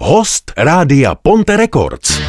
Host Rádia Ponte Records.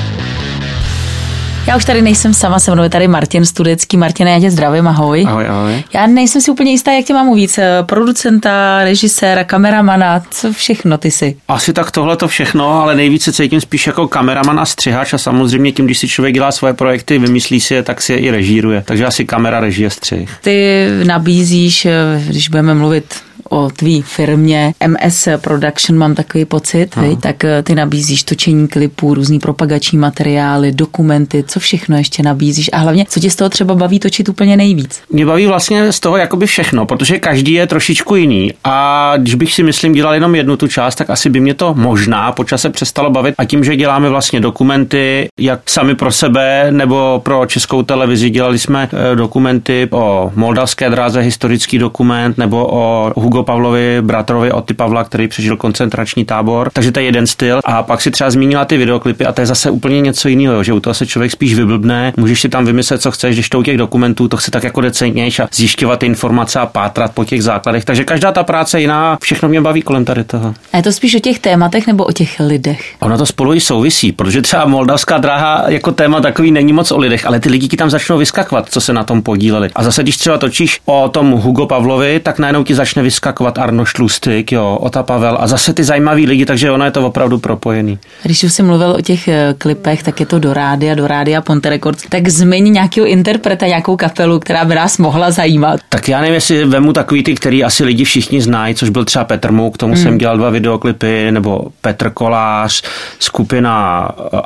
Já už tady nejsem sama, se mnou je tady Martin Studecký. Martine, já tě zdravím, ahoj. Ahoj, ahoj. Já nejsem si úplně jistá, jak tě mám uvíc. Producenta, režiséra, kameramana, co všechno ty jsi? Asi tak tohle to všechno, ale nejvíce cítím spíš jako kameraman a střihač a samozřejmě tím, když si člověk dělá svoje projekty, vymyslí si je, tak si je i režíruje. Takže asi kamera, režie, střih. Ty nabízíš, když budeme mluvit o tvý firmě MS Production, mám takový pocit, tak ty nabízíš točení klipů, různý propagační materiály, dokumenty, co všechno ještě nabízíš a hlavně, co tě z toho třeba baví točit úplně nejvíc? Mě baví vlastně z toho jakoby všechno, protože každý je trošičku jiný a když bych si myslím dělal jenom jednu tu část, tak asi by mě to možná po čase přestalo bavit a tím, že děláme vlastně dokumenty, jak sami pro sebe nebo pro Českou televizi, dělali jsme dokumenty o moldavské dráze, historický dokument, nebo o Hugo Pavlovi, bratrovi Oty Pavla, který přežil koncentrační tábor. Takže to je jeden styl. A pak si třeba zmínila ty videoklipy a to je zase úplně něco jiného, že u toho se člověk spíš vyblbne, můžeš si tam vymyslet, co chceš, když to u těch dokumentů, to chce tak jako decentnější a zjišťovat informace a pátrat po těch základech. Takže každá ta práce je jiná, všechno mě baví kolem tady toho. A je to spíš o těch tématech nebo o těch lidech? Ono to spolu i souvisí, protože třeba moldavská dráha jako téma takový není moc o lidech, ale ty lidi ti tam začnou vyskakovat, co se na tom podíleli. A zase když třeba točíš o tom Hugo Pavlovi, tak najednou ti začne vyskakovat Arnošt Lustig, jo, Ota Pavel a zase ty zajímaví lidi, takže ono je to opravdu propojený. Když už jsi mluvil o těch klipech, tak je to do rádia Ponte Records. Tak zmiň nějakého interpreta, nějakou kapelu, která by nás mohla zajímat. Tak já nevím, jestli vemu takový ty, který asi lidi všichni znají, což byl třeba Petr Muk, k tomu jsem dělal 2 videoklipy, nebo Petr Kolář, skupina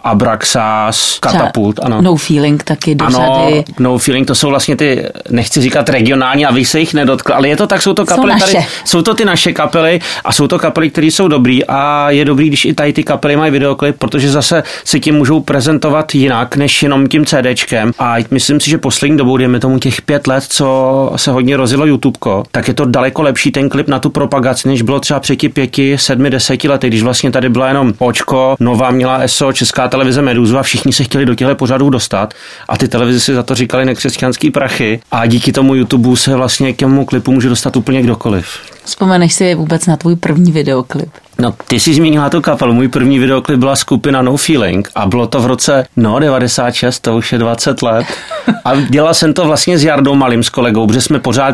Abraxas, Katapult, ano. No Feeling taky do řady. Ano, No Feeling, to jsou vlastně ty, nechci říkat regionální, abych se jich nedotkl, ale je to tak, jsou to kapely tady, jsou to ty naše kapely a jsou to kapely, které jsou dobrý a je dobrý, když i tady ty kapely mají videoklip, protože zase se tím můžou prezentovat jinak, než jenom tím CDčkem a myslím si, že poslední dobou, dejme tomu těch 5 let, co se hodně rozjelo YouTubeko, tak je to daleko lepší ten klip na tu propagaci, než bylo třeba před 5, 7, 10 lety, když vlastně tady byla jenom Očko, Nova měla ESO, Česká televize Meduzu a všichni se chtěli do těchto pořadů dostat a ty televize si za to říkali nekřesťanský prachy a díky tomu YouTube se vlastně k tomu klipu může dostat úplně kdokoliv. Vzpomeneš si vůbec na tvůj první videoklip? No, ty jsi zmínila tu kapelu. Můj první videoklip byla skupina No Feeling a bylo to v roce 96, to už je 20 let. A dělal jsem to vlastně s Jardou Malým, s kolegou, protože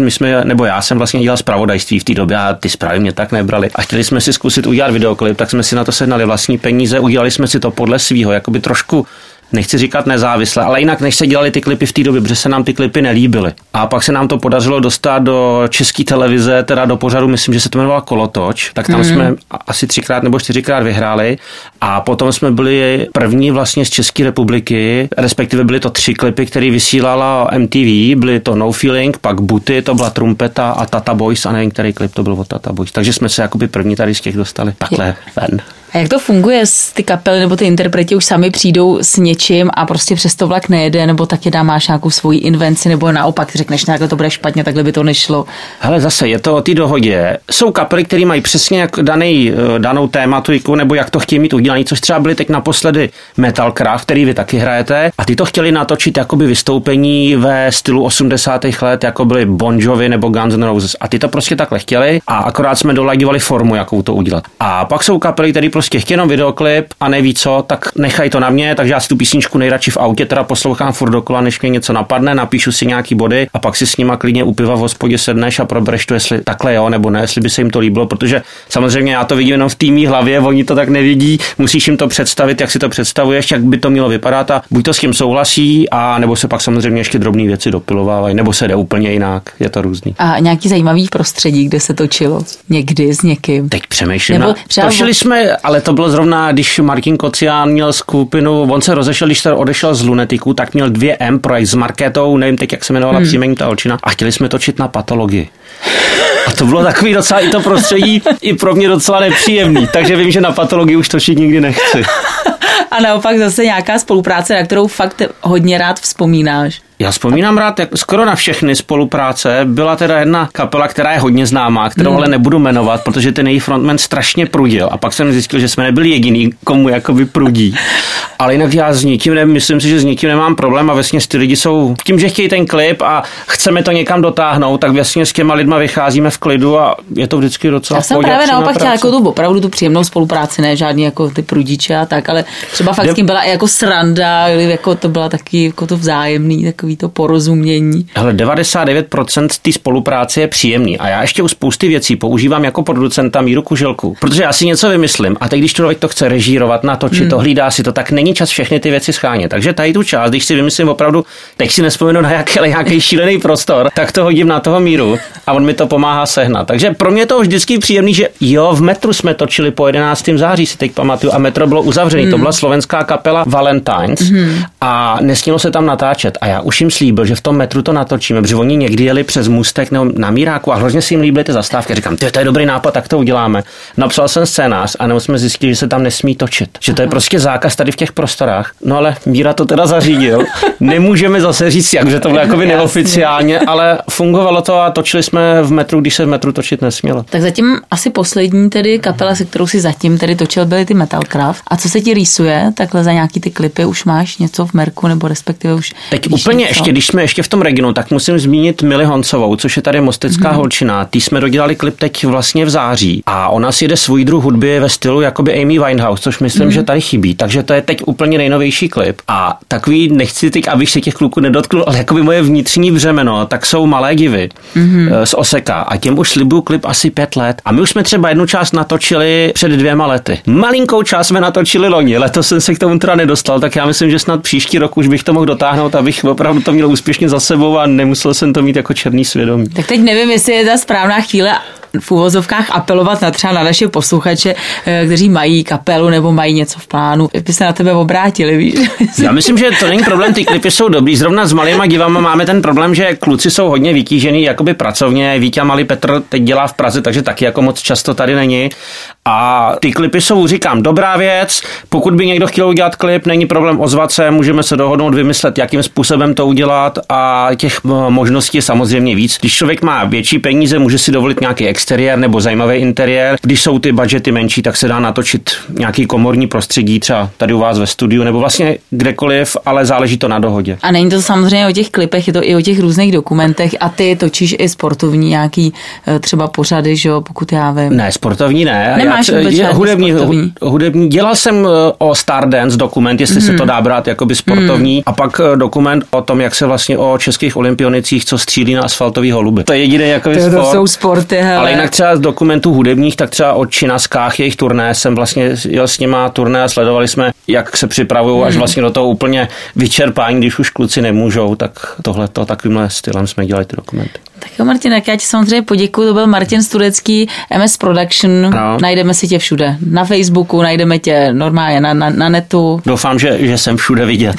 já jsem vlastně dělal zpravodajství v té době a ty zprávy mě tak nebrali. A chtěli jsme si zkusit udělat videoklip, tak jsme si na to sehnali vlastní peníze, udělali jsme si to podle svýho, jakoby trošku nechci říkat nezávisle, ale jinak než se dělali ty klipy v té době, protože se nám ty klipy nelíbily. A pak se nám to podařilo dostat do České televize, teda do pořadu, myslím, že se to jmenoval Kolotoč, tak tam jsme asi 3x nebo 4x vyhráli a potom jsme byli první vlastně z České republiky, respektive byly to 3 klipy, které vysílala MTV, byly to No Feeling, pak Buty, to byla Trumpeta a Tata Boys a nevím, který klip to byl od Tata Boys. Takže jsme se jakoby první tady z těch dostali takhle ven. A jak to funguje? Ty kapely nebo ty interpreti už sami přijdou s něčím a prostě přes to vlak nejede, nebo taky máš nějakou svoji invenci, nebo naopak řekneš, takhle to bude špatně, takhle by to nešlo? Hele, zase je to o té dohodě. Jsou kapely, které mají přesně jak danou tématiku, nebo jak to chtějí mít udělané, což třeba byly teď naposledy Metalcraft, který vy taky hrajete, a ty to chtěli natočit jakoby vystoupení ve stylu 80. let, jako byly Bon Jovi nebo Guns N' Roses. A ty to prostě takhle chtěli a akorát jsme dolaďovali formu, jakou to udělat. A pak jsou kapely, které prostě chtějí jenom videoklip a neví co, tak nechají to na mě, takže já si tu písničku nejradši v autě teda poslouchám furt dokola, než mě něco napadne, napíšu si nějaký body a pak si s nima klidně u piva v hospodě sedneš a probereš to, jestli takhle jo nebo ne, jestli by se jim to líbilo, protože samozřejmě já to vidím jenom v té mý hlavě, oni to tak nevidí, musíš jim to představit, jak si to představuješ, jak by to mělo vypadat a buď to s tím souhlasí, a nebo se pak samozřejmě ještě drobné věci dopilovávají, nebo se jde úplně jinak, je to různý. A nějaký zajímavý prostředí, kde se točilo někdy s někým? Teď přemýšlím. Točili jsme, ale to bylo zrovna, když Martin Kocián měl skupinu, on se rozešel, když se odešel z Lunetiku, tak měl 2M projekt s Markétou, nevím teď, jak se jmenovala příjmení ta holčina, a chtěli jsme točit na patologii. A to bylo takový docela i to prostředí i pro mě docela nepříjemný, takže vím, že na patologii už točit nikdy nechci. A naopak zase nějaká spolupráce, na kterou fakt hodně rád vzpomínáš. Já vzpomínám rád skoro na všechny spolupráce. Byla teda jedna kapela, která je hodně známá, kterou ale nebudu jmenovat, protože ten její frontman strašně prudil. A pak jsem zjistil, že jsme nebyli jediný, komu jakoby prudí. Ale jinak já s nikým myslím si, že s nikým nemám problém a vlastně ty lidi jsou tím, že chtějí ten klip a chceme to někam dotáhnout, tak vlastně s těma lidma vycházíme v klidu a je to vždycky docela. Já jsem právě naopak chtěla jako opravdu tu příjemnou spolupráci, ne žádný jako ty prudiče a tak, ale třeba fakt s tím byla i jako sranda, jako to byla taky jako to vzájemný, takový to porozumění. Hele, 99% té spolupráce je příjemný a já ještě u spousty věcí používám jako producenta Míru Kuželku, protože já si něco vymyslím a teď, když člověk to chce režírovat, natočit to, hlídá si to, tak není čas všechny ty věci schánět. Takže tady tu část, když si vymyslím opravdu, teď si nespomenu na nějaký šílený prostor, tak to hodím na toho Míru a on mi to pomáhá sehnat. Takže pro mě to vždycky příjemný, že jo, v Metru jsme točili po 11. září, si teď pamatuju, a Metro bylo uzavřený. To byla slovenská kapela Valentines a nesmělo se tam natáčet. A já už jim slíbil, že v tom Metru to natočíme, protože oni někdy jeli přes můstek nebo na Míráku a hrozně si jim líbily ty zastávky. Říkám, to je dobrý nápad, tak to uděláme. Napsal jsem scénář a nebo jsme zjistili, že se tam nesmí točit. Že to je prostě zákaz tady v těch prostorách. No ale Míra to teda zařídil. Nemůžeme zase říct, jak, že to bylo jakoby neoficiálně, ale fungovalo to a točili jsme v Metru, když se v Metru točit nesmělo. Tak zatím asi poslední tedy kapela, se kterou si zatím tedy točil, byly ty Metalcraft. A co se ti rýsuje? Takhle za nějaký ty klipy už máš něco v merku nebo respektive už? Teď úplně něco? Ještě, když jsme ještě v tom regionu, tak musím zmínit Mili Honcovou, což je tady mostecká holčina. Tý jsme dodělali klip teď vlastně v září a ona si jede svůj druh hudby ve stylu jakoby Amy Winehouse, což myslím, že tady chybí. Takže to je teď úplně nejnovější klip. A takový, nechci teď, abych se těch kluků nedotkl, ale jakoby moje vnitřní břemeno, tak jsou Malé divy z Oseka a těm už slibuju klip asi 5 let. A my už jsme třeba jednu část natočili před 2 lety. Malinkou část jsme natočili loni, letos jsem se k tomu teda nedostal, tak já myslím, že snad příští rok už bych to mohl dotáhnout, abych opravdu to měl úspěšně za sebou a nemusel jsem to mít jako černý svědomí. Tak teď nevím, jestli je ta správná chvíle v uvozovkách apelovat třeba na naše posluchače, kteří mají kapelu nebo mají něco v plánu, by se na tebe obrátili, víš? Já myslím, že to není problém, ty klipy jsou dobrý. Zrovna s Malýma divama máme ten problém, že kluci jsou hodně vytížený jakoby pracovně. Vítě Malý Petr teď dělá v Praze, takže taky jako moc často tady není. A ty klipy jsou, říkám, dobrá věc. Pokud by někdo chtěl udělat klip, není problém ozvat se, můžeme se dohodnout, vymyslet, jakým způsobem to udělat a těch možností je samozřejmě víc. Když člověk má větší peníze, může si dovolit nějaký exteriér nebo zajímavý interiér. Když jsou ty budžety menší, tak se dá natočit nějaký komorní prostředí, třeba tady u vás ve studiu nebo vlastně kdekoliv, ale záleží to na dohodě. A není to samozřejmě o těch klipech, je to i o těch různých dokumentech a ty točíš i sportovní nějaký třeba pořady, že jo, pokud já vím. Ne, sportovní ne. Nemáš hudební. Dělal jsem o Stardance dokument, jestli se to dá brát jakoby sportovní a pak dokument o tom, jak se vlastně o českých olympionicích, co střílí na asfaltový holuby. To je jediný jakoby sport. To jsou sporty, hele. Ale jinak třeba z dokumentů hudebních, tak třeba o činaskách, jejich turné, jsem vlastně jel s nima turné a sledovali jsme, jak se připravují až vlastně do toho úplně vyčerpání, když už kluci nemůžou, tak tohleto takovýmhle stylem jsme dělali ty dokumenty. Tak jo, Martin, tak já ti samozřejmě poděkuju, to byl Martin Studecký, MS Production, no. Najdeme si tě všude, na Facebooku, najdeme tě normálně na netu. Doufám, že jsem všude vidět.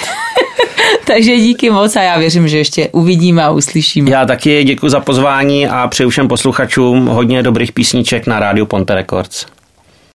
Takže díky moc a já věřím, že ještě uvidíme a uslyšíme. Já taky děkuji za pozvání a přeju všem posluchačům hodně dobrých písniček na rádiu Ponte Records.